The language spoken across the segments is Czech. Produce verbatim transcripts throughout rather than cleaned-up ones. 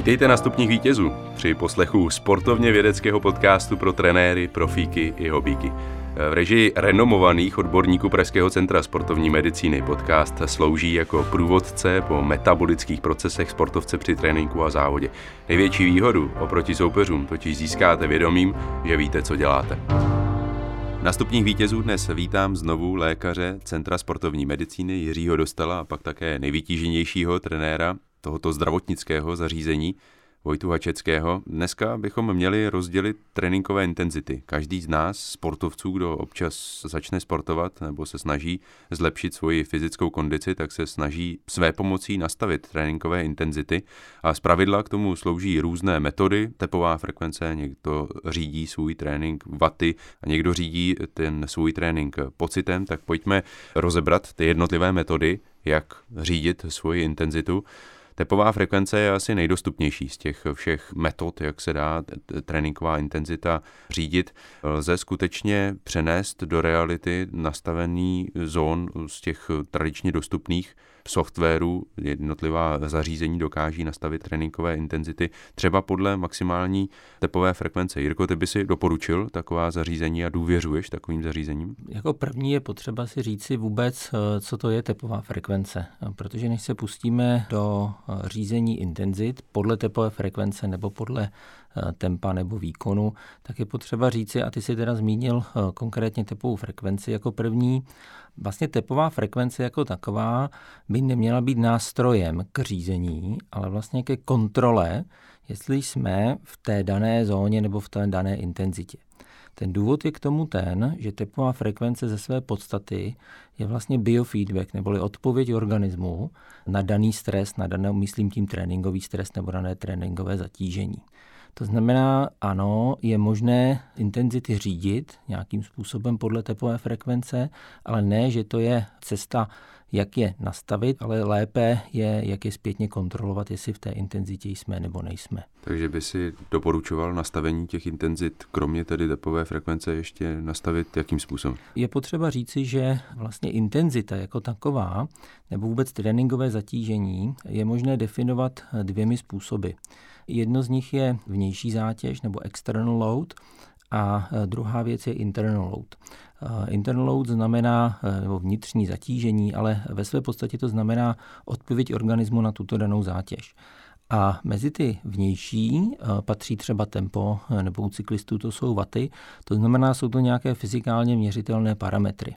Vítejte na Stupních vítězů při poslechu sportovně vědeckého podcastu pro trenéry, profíky i hobíky. V režii renomovaných odborníků Pražského centra sportovní medicíny podcast slouží jako průvodce po metabolických procesech sportovce při tréninku a závodě. Největší výhodu oproti soupeřům totiž získáte vědomím, že víte, co děláte. Na Stupních vítězů dnes vítám znovu lékaře Centra sportovní medicíny Jiřího Dostala a pak také nejvytíženějšího trenéra tohoto zdravotnického zařízení Vojtu Hačeckého. Dneska bychom měli rozdělit tréninkové intenzity. Každý z nás, sportovců, kdo občas začne sportovat nebo se snaží zlepšit svoji fyzickou kondici, tak se snaží své pomocí nastavit tréninkové intenzity a zpravidla k tomu slouží různé metody, tepová frekvence, někdo řídí svůj trénink waty a někdo řídí ten svůj trénink pocitem, tak pojďme rozebrat ty jednotlivé metody, jak řídit svoji intenzitu. Tepová frekvence je asi nejdostupnější z těch všech metod, jak se dá tréninková intenzita řídit. Lze skutečně přenést do reality nastavený zón z těch tradičně dostupných softwarů. Jednotlivá zařízení dokáží nastavit tréninkové intenzity třeba podle maximální tepové frekvence. Jirko, ty by si doporučil taková zařízení a důvěřuješ takovým zařízením? Jako první je potřeba si říci vůbec, co to je tepová frekvence, protože než se pustíme do řízení intenzit podle tepové frekvence nebo podle tempa nebo výkonu, tak je potřeba říci, a ty si teda zmínil konkrétně tepovou frekvenci jako první. Vlastně tepová frekvence jako taková by neměla být nástrojem k řízení, ale vlastně ke kontrole, jestli jsme v té dané zóně nebo v té dané intenzitě. Ten důvod je k tomu ten, že tepová frekvence ze své podstaty je vlastně biofeedback, neboli odpověď organismu na daný stres, na daný, myslím tím tréninkový stres nebo dané tréninkové zatížení. To znamená, ano, je možné intenzity řídit nějakým způsobem podle tepové frekvence, ale ne, že to je cesta, jak je nastavit, ale lépe je, jak je zpětně kontrolovat, jestli v té intenzitě jsme nebo nejsme. Takže by si doporučoval nastavení těch intenzit, kromě tedy tepové frekvence, ještě nastavit jakým způsobem? Je potřeba říci, že vlastně intenzita jako taková, nebo vůbec tréninkové zatížení, je možné definovat dvěmi způsoby. Jedno z nich je vnější zátěž nebo external load a druhá věc je internal load. Internal load znamená nebo vnitřní zatížení, ale ve své podstatě to znamená odpověď organismu na tuto danou zátěž. A mezi ty vnější patří třeba tempo, nebo u cyklistů to jsou waty, to znamená, jsou to nějaké fyzikálně měřitelné parametry.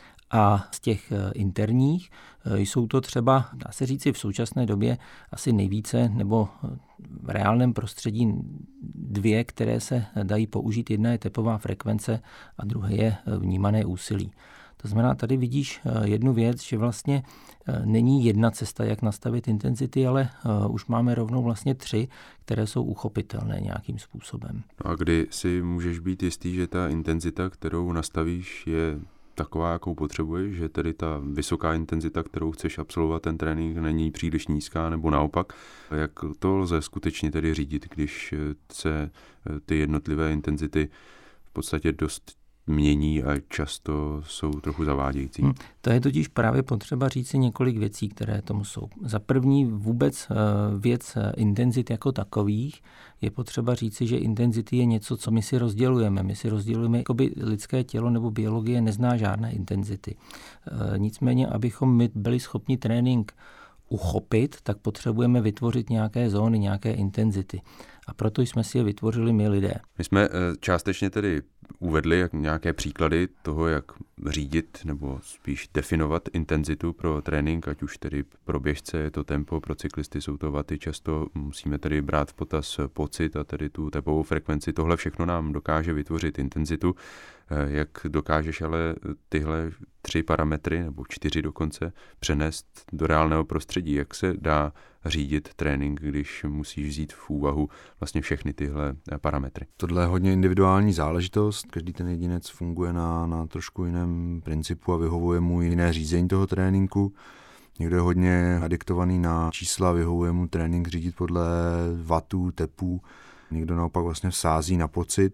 A z těch interních jsou to třeba, dá se říci v současné době asi nejvíce, nebo v reálném prostředí dvě, které se dají použít. Jedna je tepová frekvence a druhé je vnímané úsilí. To znamená, tady vidíš jednu věc, že vlastně není jedna cesta, jak nastavit intenzity, ale už máme rovnou vlastně tři, které jsou uchopitelné nějakým způsobem. A kdy si můžeš být jistý, že ta intenzita, kterou nastavíš, je taková, jakou potřebuješ, že tedy ta vysoká intenzita, kterou chceš absolvovat, ten trénink není příliš nízká, nebo naopak, jak to lze skutečně tedy řídit, když se ty jednotlivé intenzity v podstatě dost mění a často jsou trochu zavádějící. Hmm. To je totiž právě potřeba říci několik věcí, které tomu jsou. Za první vůbec věc intenzit jako takových je potřeba říci, že intenzity je něco, co my si rozdělujeme. My si rozdělujeme, jakoby lidské tělo nebo biologie nezná žádné intenzity. Nicméně, abychom my byli schopni trénink uchopit, tak potřebujeme vytvořit nějaké zóny, nějaké intenzity. A proto jsme si je vytvořili my lidé. My jsme částečně tedy uvedli jak nějaké příklady toho, jak řídit nebo spíš definovat intenzitu pro trénink, ať už tedy pro běžce je to tempo, pro cyklisty jsou to waty, často musíme tedy brát v potaz pocit a tedy tu tepovou frekvenci. Tohle všechno nám dokáže vytvořit intenzitu. Jak dokážeš ale tyhle tři parametry, nebo čtyři dokonce, přenést do reálného prostředí? Jak se dá řídit trénink, když musíš vzít v úvahu vlastně všechny tyhle parametry? Tohle je hodně individuální záležitost. Každý ten jedinec funguje na, na trošku jiném principu a vyhovuje mu jiné řízení toho tréninku. Někdo je hodně adiktovaný na čísla, vyhovuje mu trénink řídit podle wattů, tepů. Někdo naopak vlastně vsází na pocit,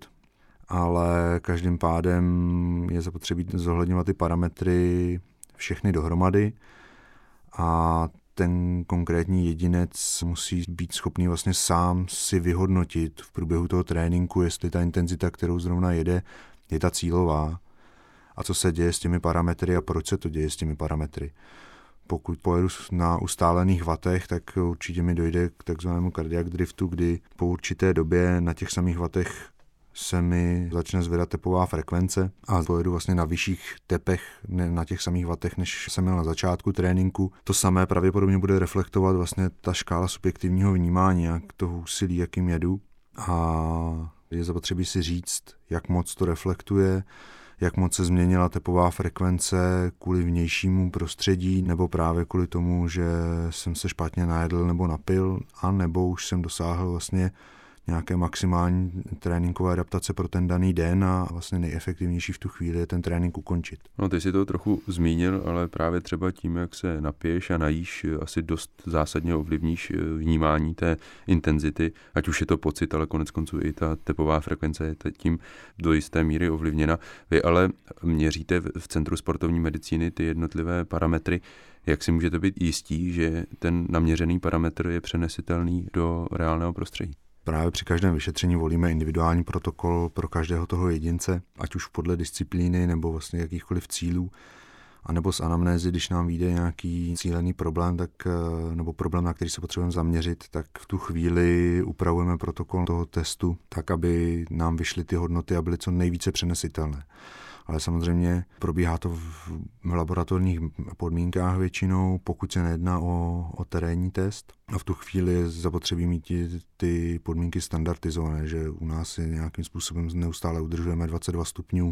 ale každým pádem je zapotřebí zohledňovat ty parametry všechny dohromady a ten konkrétní jedinec musí být schopný vlastně sám si vyhodnotit v průběhu toho tréninku, jestli ta intenzita, kterou zrovna jede, je ta cílová a co se děje s těmi parametry a proč se to děje s těmi parametry. Pokud pojedu na ustálených vatech, tak určitě mi dojde k takzvanému cardiac driftu, kdy po určité době na těch samých vatech se mi začne zvedat tepová frekvence a pojedu vlastně na vyšších tepech, ne na těch samých vatech, než jsem měl na začátku tréninku. To samé pravděpodobně bude reflektovat vlastně ta škála subjektivního vnímání, jak toho úsilí, jakým jedu. A je zapotřebí si říct, jak moc to reflektuje, jak moc se změnila tepová frekvence kvůli vnějšímu prostředí, nebo právě kvůli tomu, že jsem se špatně najedl nebo napil, a nebo už jsem dosáhl vlastně nějaké maximální tréninkové adaptace pro ten daný den a vlastně nejefektivnější v tu chvíli je ten trénink ukončit. No, ty si to trochu zmínil, ale právě třeba tím, jak se napiješ a najíš, asi dost zásadně ovlivníš vnímání té intenzity, ať už je to pocit, ale konec konců i ta tepová frekvence je tím do jisté míry ovlivněna. Vy ale měříte v Centru sportovní medicíny ty jednotlivé parametry. Jak si můžete být jistí, že ten naměřený parametr je přenesitelný do reálného prostředí? Právě při každém vyšetření volíme individuální protokol pro každého toho jedince, ať už podle disciplíny nebo vlastně jakýchkoliv cílů, anebo z anamnézy, když nám vyjde nějaký cílený problém, tak, nebo problém, na který se potřebujeme zaměřit, tak v tu chvíli upravujeme protokol toho testu tak, aby nám vyšly ty hodnoty a byly co nejvíce přenesitelné. Ale samozřejmě probíhá to v laboratorních podmínkách většinou, pokud se nejedná o, o terénní test. A v tu chvíli je zapotřebí mít ty, ty podmínky standardizované, že u nás je nějakým způsobem neustále udržujeme dvacet dva stupňů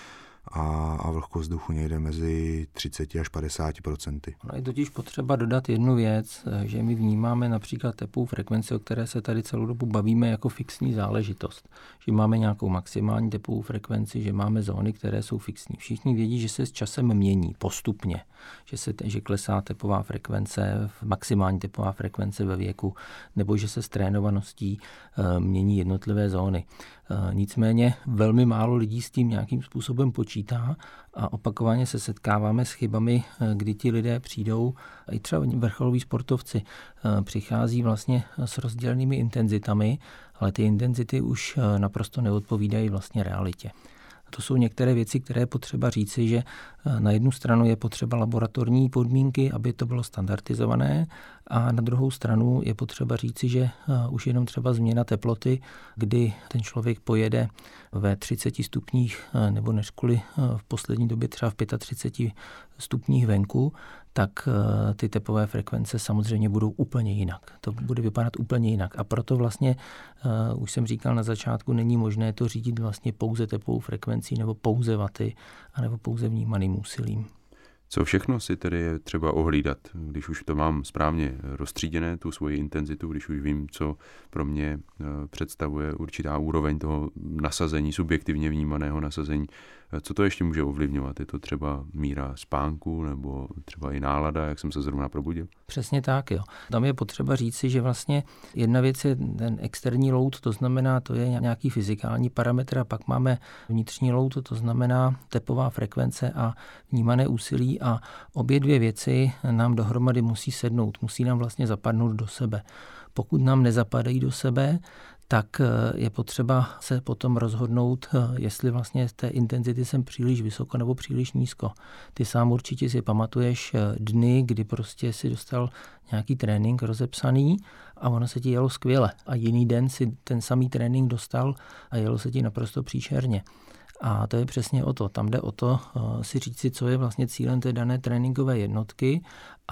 a, a vlhkost vzduchu někde mezi třicet až padesát procenty. No je totiž potřeba dodat jednu věc, že my vnímáme například tepovou frekvenci, o které se tady celou dobu bavíme, jako fixní záležitost. Že máme nějakou maximální tepovou frekvenci, že máme zóny, které jsou fixní. Všichni vědí, že se s časem mění postupně, že se že klesá tepová frekvence, maximální tepová frekvence ve věku, nebo že se s trénovaností e, mění jednotlivé zóny. E, nicméně velmi málo lidí s tím nějakým způsobem počítá a opakovaně se setkáváme s chybami, kdy ti lidé přijdou, i třeba vrcholoví sportovci, přichází vlastně s rozdělenými intenzitami, ale ty intenzity už naprosto neodpovídají vlastně realitě. To jsou některé věci, které je potřeba říci, že na jednu stranu je potřeba laboratorní podmínky, aby to bylo standardizované, a na druhou stranu je potřeba říci, že už jenom třeba změna teploty, kdy ten člověk pojede ve třiceti stupních nebo než kvůli v poslední době třeba v třiceti pěti stupních venku, tak ty tepové frekvence samozřejmě budou úplně jinak. To bude vypadat úplně jinak. A proto vlastně, uh, už jsem říkal na začátku, není možné to řídit vlastně pouze tepovou frekvencí nebo pouze vaty, anebo pouze vnímaným úsilím. Co všechno si tedy je třeba ohlídat, když už to mám správně roztříděné, tu svoji intenzitu, když už vím, co pro mě představuje určitá úroveň toho nasazení, subjektivně vnímaného nasazení. Co to ještě může ovlivňovat? Je to třeba míra spánku nebo třeba i nálada, jak jsem se zrovna probudil? Přesně tak, jo. Tam je potřeba říci, že vlastně jedna věc je ten externí load, to znamená, to je nějaký fyzikální parametr, a pak máme vnitřní load, to znamená tepová frekvence a vnímané úsilí, a obě dvě věci nám dohromady musí sednout, musí nám vlastně zapadnout do sebe. Pokud nám nezapadají do sebe, tak je potřeba se potom rozhodnout, jestli vlastně z té intenzity jsem příliš vysoko nebo příliš nízko. Ty sám určitě si pamatuješ dny, kdy prostě si dostal nějaký trénink rozepsaný a ono se ti jelo skvěle. A jiný den si ten samý trénink dostal a jelo se ti naprosto příšerně. A to je přesně o to. Tam jde o to uh, si říct si, co je vlastně cílem té dané tréninkové jednotky,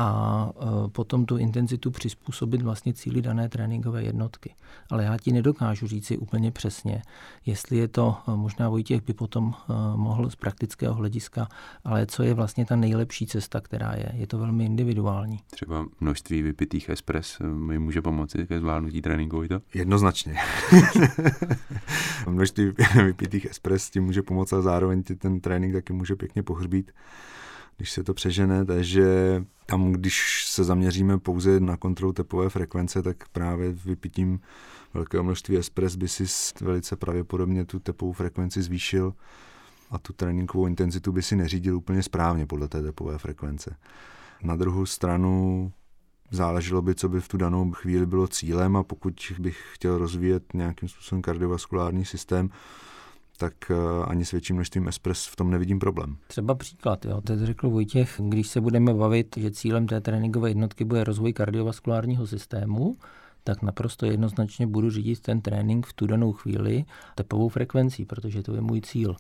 a uh, potom tu intenzitu přizpůsobit vlastně cíli dané tréninkové jednotky. Ale já ti nedokážu říct si úplně přesně, jestli je to, uh, možná Vojtěch by potom uh, mohl z praktického hlediska, ale co je vlastně ta nejlepší cesta, která je. Je to velmi individuální. Třeba množství vypitých espres mi může pomoci ke zvládnutí tréninku, to? Jednoznačně. Množství vypitých espres tím může pomoct, a zároveň ti ten trénink taky může pěkně pohřbít, když se to přežene. Takže tam, když se zaměříme pouze na kontrolu tepové frekvence, tak právě vypitím velkého množství espres by si velice pravděpodobně tu tepovou frekvenci zvýšil a tu tréninkovou intenzitu by si neřídil úplně správně podle té tepové frekvence. Na druhou stranu Záleželo by, co by v tu danou chvíli bylo cílem, a pokud bych chtěl rozvíjet nějakým způsobem kardiovaskulární systém, tak ani s větším množstvím espres v tom nevidím problém. Třeba příklad, jo, teď řekl Vojtěch, když se budeme bavit, že cílem té tréninkové jednotky bude rozvoj kardiovaskulárního systému, tak naprosto jednoznačně budu řídit ten trénink v tu danou chvíli tepovou frekvencí, protože to je můj cíl.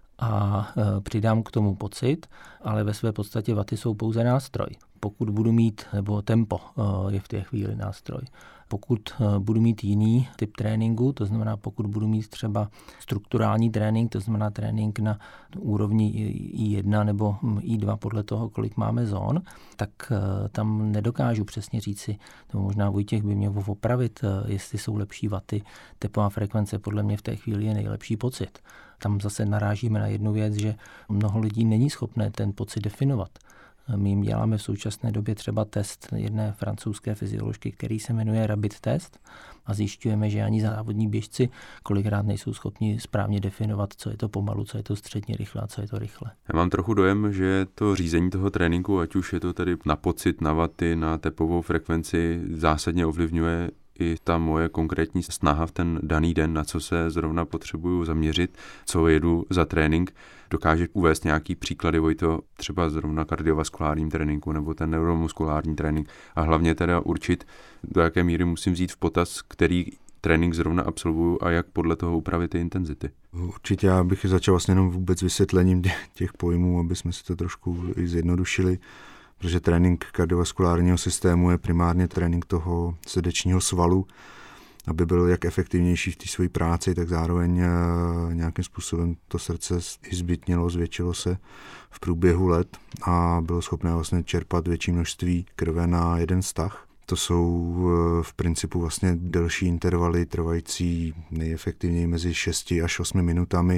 A e, přidám k tomu pocit, ale ve své podstatě vaty jsou pouze nástroj. Pokud budu mít, nebo tempo e, je v té chvíli nástroj. Pokud e, budu mít jiný typ tréninku, to znamená pokud budu mít třeba strukturální trénink, to znamená trénink na úrovni í jedna nebo í dva podle toho, kolik máme zón, tak e, tam nedokážu přesně říci, nebo možná Vojtěch by měl opravit, e, jestli jsou lepší vaty. Tepová frekvence podle mě v té chvíli je nejlepší pocit. Tam zase narážíme na jednu věc, že mnoho lidí není schopné ten pocit definovat. My jim děláme v současné době třeba test jedné francouzské fyzioložky, který se jmenuje Rabbit test, a zjišťujeme, že ani závodní běžci kolikrát nejsou schopni správně definovat, co je to pomalu, co je to středně rychle a co je to rychle. Já mám trochu dojem, že to řízení toho tréninku, ať už je to tedy na pocit, na vaty, na tepovou frekvenci, zásadně ovlivňuje i ta moje konkrétní snaha v ten daný den, na co se zrovna potřebuju zaměřit, co jedu za trénink. Dokáže uvést nějaký příklady, Vojto, třeba zrovna kardiovaskulárním tréninku nebo ten neuromuskulární trénink, a hlavně teda určit, do jaké míry musím vzít v potaz, který trénink zrovna absolvuju a jak podle toho upravit ty intenzity. Určitě já bych začal vlastně jenom vůbec vysvětlením těch pojmů, aby jsme si to trošku i zjednodušili. Protože trénink kardiovaskulárního systému je primárně trénink toho srdečního svalu, aby byl jak efektivnější v té své práci, tak zároveň nějakým způsobem to srdce i zbytnilo, zvětšilo se v průběhu let a bylo schopné vlastně čerpat větší množství krve na jeden stah. To jsou v principu vlastně delší intervaly trvající nejefektivněji mezi šesti až osmi minutami,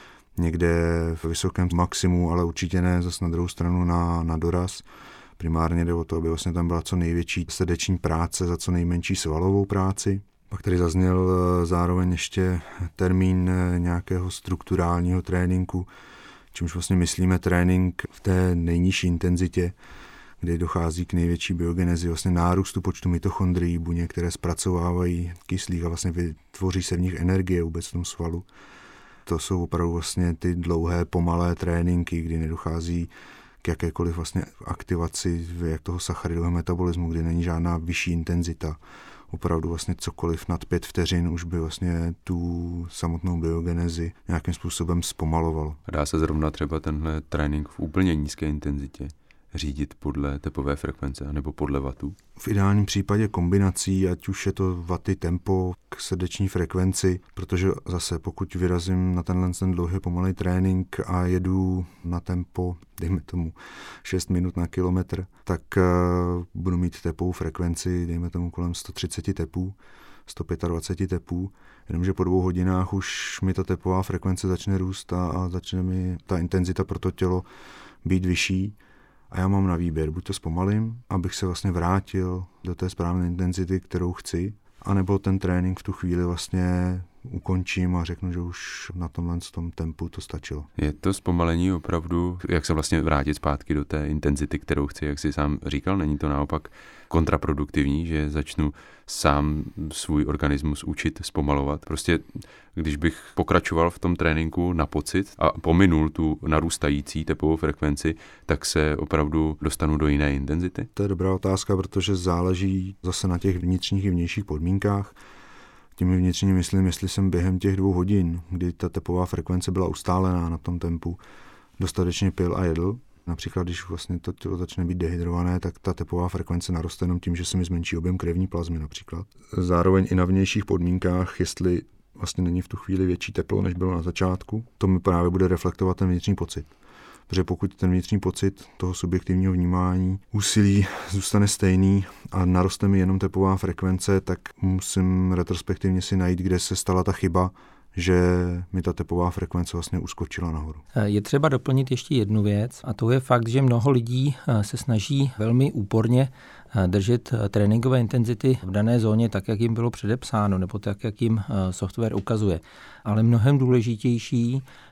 někde v vysokém maximu, ale určitě ne zase na druhou stranu na, na doraz. Primárně jde o to, aby vlastně tam byla co největší srdeční práce za co nejmenší svalovou práci. Pak tady zazněl zároveň ještě termín nějakého strukturálního tréninku, čímž vlastně myslíme trénink v té nejnižší intenzitě, kdy dochází k největší biogenezi, vlastně nárůstu počtu mitochondrií, buněk, které zpracovávají kyslík a vlastně vytvoří se v nich energie vůbec v tom svalu. To jsou opravdu vlastně ty dlouhé, pomalé tréninky, kdy nedochází k jakékoliv vlastně aktivaci jak toho sacharidového metabolismu, kdy není žádná vyšší intenzita. Opravdu vlastně cokoliv nad pět vteřin už by vlastně tu samotnou biogenezi nějakým způsobem zpomalovalo. A dá se zrovna třeba tenhle trénink v úplně nízké intenzitě řídit podle tepové frekvence nebo podle vatů? V ideálním případě kombinací, ať už je to vaty, tempo k srdeční frekvenci, protože zase pokud vyrazím na tenhle ten dlouhý pomalý trénink a jedu na tempo, dejme tomu šest minut na kilometr, tak uh, budu mít tepovou frekvenci, dejme tomu kolem sto třicet tepů, sto dvacet pět tepů, jenomže po dvou hodinách už mi ta tepová frekvence začne růst a, a začne mi ta intenzita pro to tělo být vyšší. A já mám na výběr, buď to zpomalím, abych se vlastně vrátil do té správné intenzity, kterou chci, anebo ten trénink v tu chvíli vlastně ukončím a řeknu, že už na tomhle tom tempu to stačilo. Je to zpomalení opravdu, jak se vlastně vrátit zpátky do té intenzity, kterou chci, jak jsi sám říkal, není to naopak kontraproduktivní, že začnu sám svůj organismus učit zpomalovat. Prostě když bych pokračoval v tom tréninku na pocit a pominul tu narůstající tepovou frekvenci, tak se opravdu dostanu do jiné intenzity? To je dobrá otázka, protože záleží zase na těch vnitřních i vnějších podmínkách. Těmi vnitřními myslím, jestli jsem během těch dvou hodin, kdy ta tepová frekvence byla ustálená na tom tempu, dostatečně pil a jedl. Například, když vlastně to tělo začne být dehydrované, tak ta tepová frekvence naroste jenom tím, že se mi zmenší objem krevní plazmy například. Zároveň i na vnějších podmínkách, jestli vlastně není v tu chvíli větší teplo, než bylo na začátku, to mi právě bude reflektovat ten vnitřní pocit. Protože pokud ten vnitřní pocit toho subjektivního vnímání úsilí zůstane stejný a naroste mi jenom tepová frekvence, tak musím retrospektivně si najít, kde se stala ta chyba, že mi ta tepová frekvence vlastně uskočila nahoru. Je třeba doplnit ještě jednu věc, a to je fakt, že mnoho lidí se snaží velmi úporně držet tréninkové intenzity v dané zóně tak, jak jim bylo předepsáno, nebo tak, jak jim software ukazuje. Ale mnohem důležitější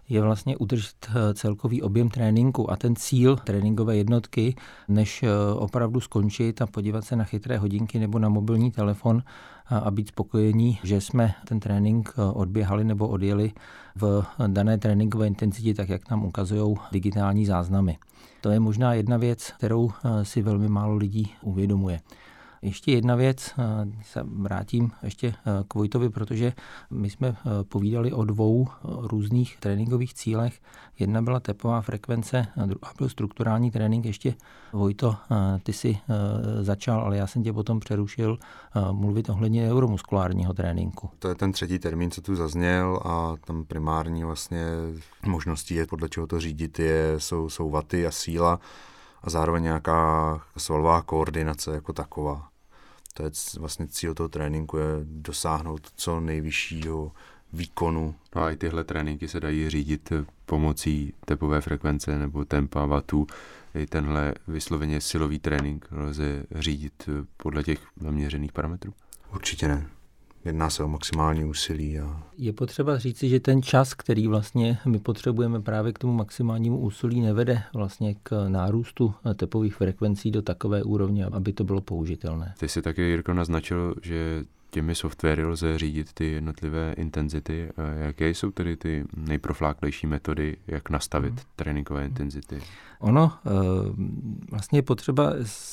je vlastně udržet celkový objem tréninku a ten cíl tréninkové jednotky, než opravdu skončit a podívat se na chytré hodinky nebo na mobilní telefon a být spokojení, že jsme ten trénink odběhali nebo odjeli v dané tréninkové intenzitě, tak jak nám ukazují digitální záznamy. To je možná jedna věc, kterou si velmi málo lidí uvědomuje. Ještě jedna věc, se vrátím ještě k Vojtovi, protože my jsme povídali o dvou různých tréninkových cílech. Jedna byla tepová frekvence, a druhá byl strukturální trénink. Ještě Vojto, ty si začal, ale já jsem tě potom přerušil mluvit ohledně neuromuskulárního tréninku. To je ten třetí termín, co tu zazněl a tam primární vlastně možností je, podle čeho to řídit, je, jsou, jsou vaty a síla a zároveň nějaká svalová koordinace jako taková. To je vlastně cíl toho tréninku, je dosáhnout co nejvyššího výkonu. No a i tyhle tréninky se dají řídit pomocí tepové frekvence nebo tempa vatů. I tenhle vysloveně silový trénink lze řídit podle těch naměřených parametrů? Určitě ne. Jedná se o maximální úsilí. A... Je potřeba říci, že ten čas, který vlastně my potřebujeme právě k tomu maximálnímu úsilí, nevede vlastně k nárůstu tepových frekvencí do takové úrovně, aby to bylo použitelné. Ty si taky, Jirko, naznačil, že těmi softwary lze řídit ty jednotlivé intenzity. Jaké jsou tedy ty nejprofláklejší metody, jak nastavit hmm. tréninkové intenzity? Ono vlastně je potřeba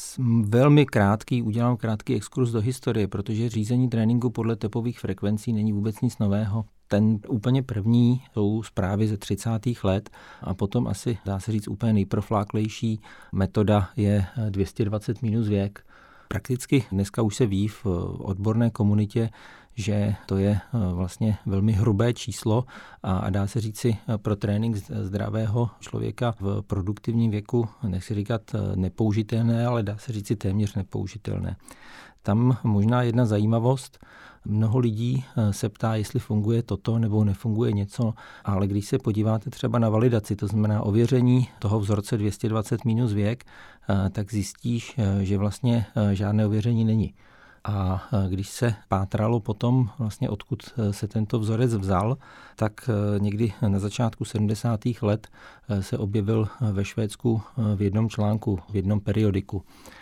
velmi krátký, udělám krátký exkurs do historie, protože řízení tréninku podle tepových frekvencí není vůbec nic nového. Ten úplně první jsou zprávy ze třicátých let a potom asi, dá se říct, úplně nejprofláklejší metoda je dvě stě dvacet minus věk. Prakticky dneska už se ví v odborné komunitě, že to je vlastně velmi hrubé číslo a dá se říci pro trénink zdravého člověka v produktivním věku, nechci říkat nepoužitelné, ale dá se říci téměř nepoužitelné. Tam možná jedna zajímavost, mnoho lidí se ptá, jestli funguje toto nebo nefunguje něco, ale když se podíváte třeba na validaci, to znamená ověření toho vzorce dvě stě dvacet minus věk, tak zjistíš, že vlastně žádné ověření není. A když se pátralo potom, vlastně odkud se tento vzorec vzal, tak někdy na začátku sedmdesátých let se objevil ve Švédsku v jednom článku, v jednom periodiku.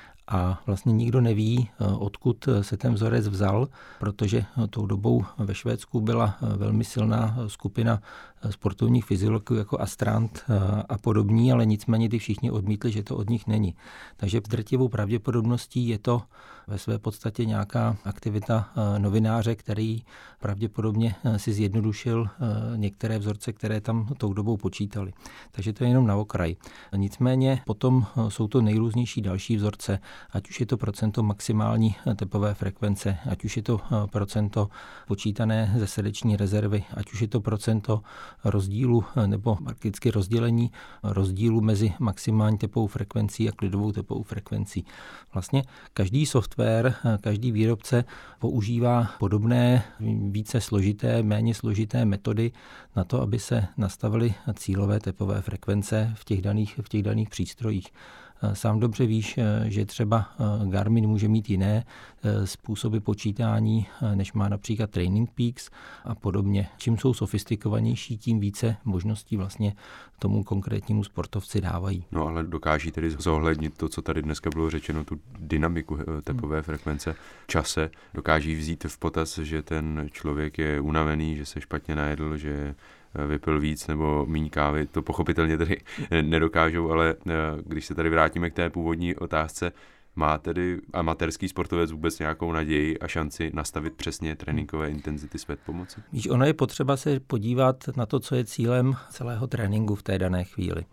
A vlastně nikdo neví, odkud se ten vzorec vzal, protože tou dobou ve Švédsku byla velmi silná skupina sportovních fyziologů jako Astrand a podobní, ale nicméně ty všichni odmítli, že to od nich není. Takže s drtivou pravděpodobností je to ve své podstatě nějaká aktivita novináře, který pravděpodobně si zjednodušil některé vzorce, které tam tou dobou počítali. Takže to je jenom na okraj. Nicméně potom jsou to nejrůznější další vzorce, ať už je to procento maximální tepové frekvence, ať už je to procento počítané ze srdeční rezervy, ať už je to procento rozdílu nebo prakticky rozdělení rozdílu mezi maximální tepovou frekvencí a klidovou tepovou frekvencí. Vlastně každý software, každý výrobce používá podobné, více složité, méně složité metody na to, aby se nastavily cílové tepové frekvence v těch daných, v těch daných přístrojích. Sám dobře víš, že třeba Garmin může mít jiné způsoby počítání, než má například Training Peaks a podobně. Čím jsou sofistikovanější, tím více možností vlastně tomu konkrétnímu sportovci dávají. No ale dokáží tedy zohlednit to, co tady dneska bylo řečeno, tu dynamiku tepové hmm. frekvence v čase. Dokáží vzít v potaz, že ten člověk je unavený, že se špatně najedl, že vypil víc nebo míň kávy. To pochopitelně tedy nedokážou, ale když se tady vrátíme k té původní otázce, má tedy amatérský sportovec vůbec nějakou naději a šanci nastavit přesně tréninkové intenzity s pomocí? Víš, ono je potřeba se podívat na to, co je cílem celého tréninku v té dané chvíli.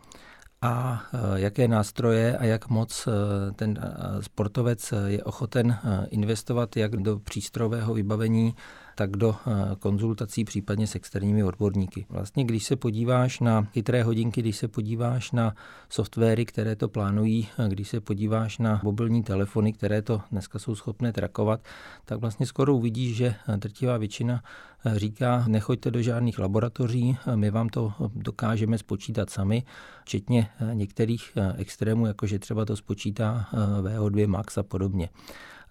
A jaké nástroje a jak moc ten sportovec je ochoten investovat jak do přístrojového vybavení, tak do konzultací případně s externími odborníky. Vlastně když se podíváš na chytré hodinky, když se podíváš na softwary, které to plánují, když se podíváš na mobilní telefony, které to dneska jsou schopné trackovat, tak vlastně skoro uvidíš, že drtivá většina říká, nechoďte do žádných laboratoří, my vám to dokážeme spočítat sami, včetně některých extrémů, jakože třeba to spočítá V O dva max a podobně.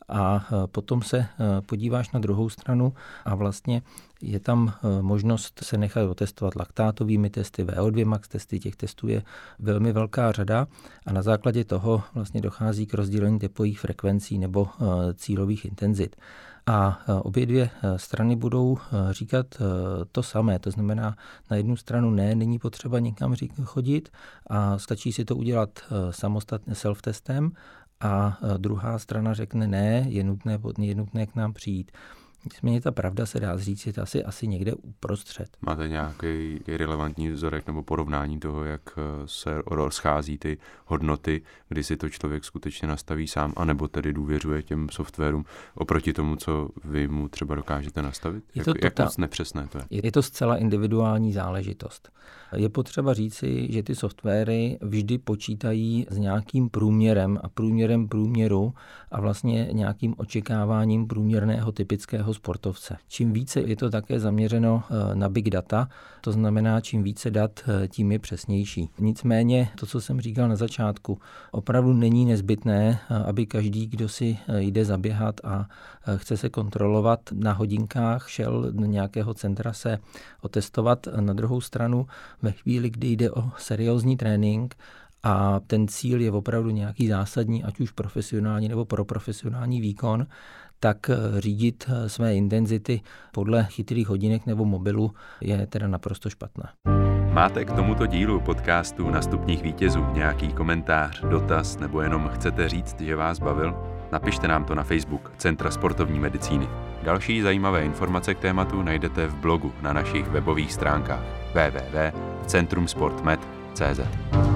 a potom se podíváš na druhou stranu a vlastně je tam možnost se nechat otestovat laktátovými testy, V O dva max testy, těch testů je velmi velká řada a na základě toho vlastně dochází k rozdělení tepových frekvencí nebo cílových intenzit. A obě dvě strany budou říkat to samé, to znamená na jednu stranu ne, není potřeba nikam chodit a stačí si to udělat samostatně self-testem a druhá strana řekne ne, je nutné, je nutné k nám přijít. Nicméně ta pravda se dá říct, je to asi, asi někde uprostřed. Máte nějaký relevantní vzorek nebo porovnání toho, jak se rozchází ty hodnoty, kdy si to člověk skutečně nastaví sám, anebo tedy důvěřuje těm softwarům oproti tomu, co vy mu třeba dokážete nastavit? Je to jak, jak moc nepřesné to je? Je to zcela individuální záležitost. Je potřeba říci, že ty softwary vždy počítají s nějakým průměrem a průměrem průměru a vlastně nějakým očekáváním průměrného typického sportovce. Čím více je to také zaměřeno na big data, to znamená, čím více dat, tím je přesnější. Nicméně to, co jsem říkal na začátku, opravdu není nezbytné, aby každý, kdo si jde zaběhat a chce se kontrolovat na hodinkách, šel do nějakého centra se otestovat. Na druhou stranu, ve chvíli, kdy jde o seriózní trénink a ten cíl je opravdu nějaký zásadní, ať už profesionální nebo proprofesionální výkon, tak řídit své intenzity podle chytrých hodinek nebo mobilu je teda naprosto špatné. Máte k tomuto dílu podcastu Nastupních vítězů nějaký komentář, dotaz nebo jenom chcete říct, že vás bavil? Napište nám to na Facebook Centra sportovní medicíny. Další zajímavé informace k tématu najdete v blogu na našich webových stránkách w w w tečka centrum sport med tečka c z.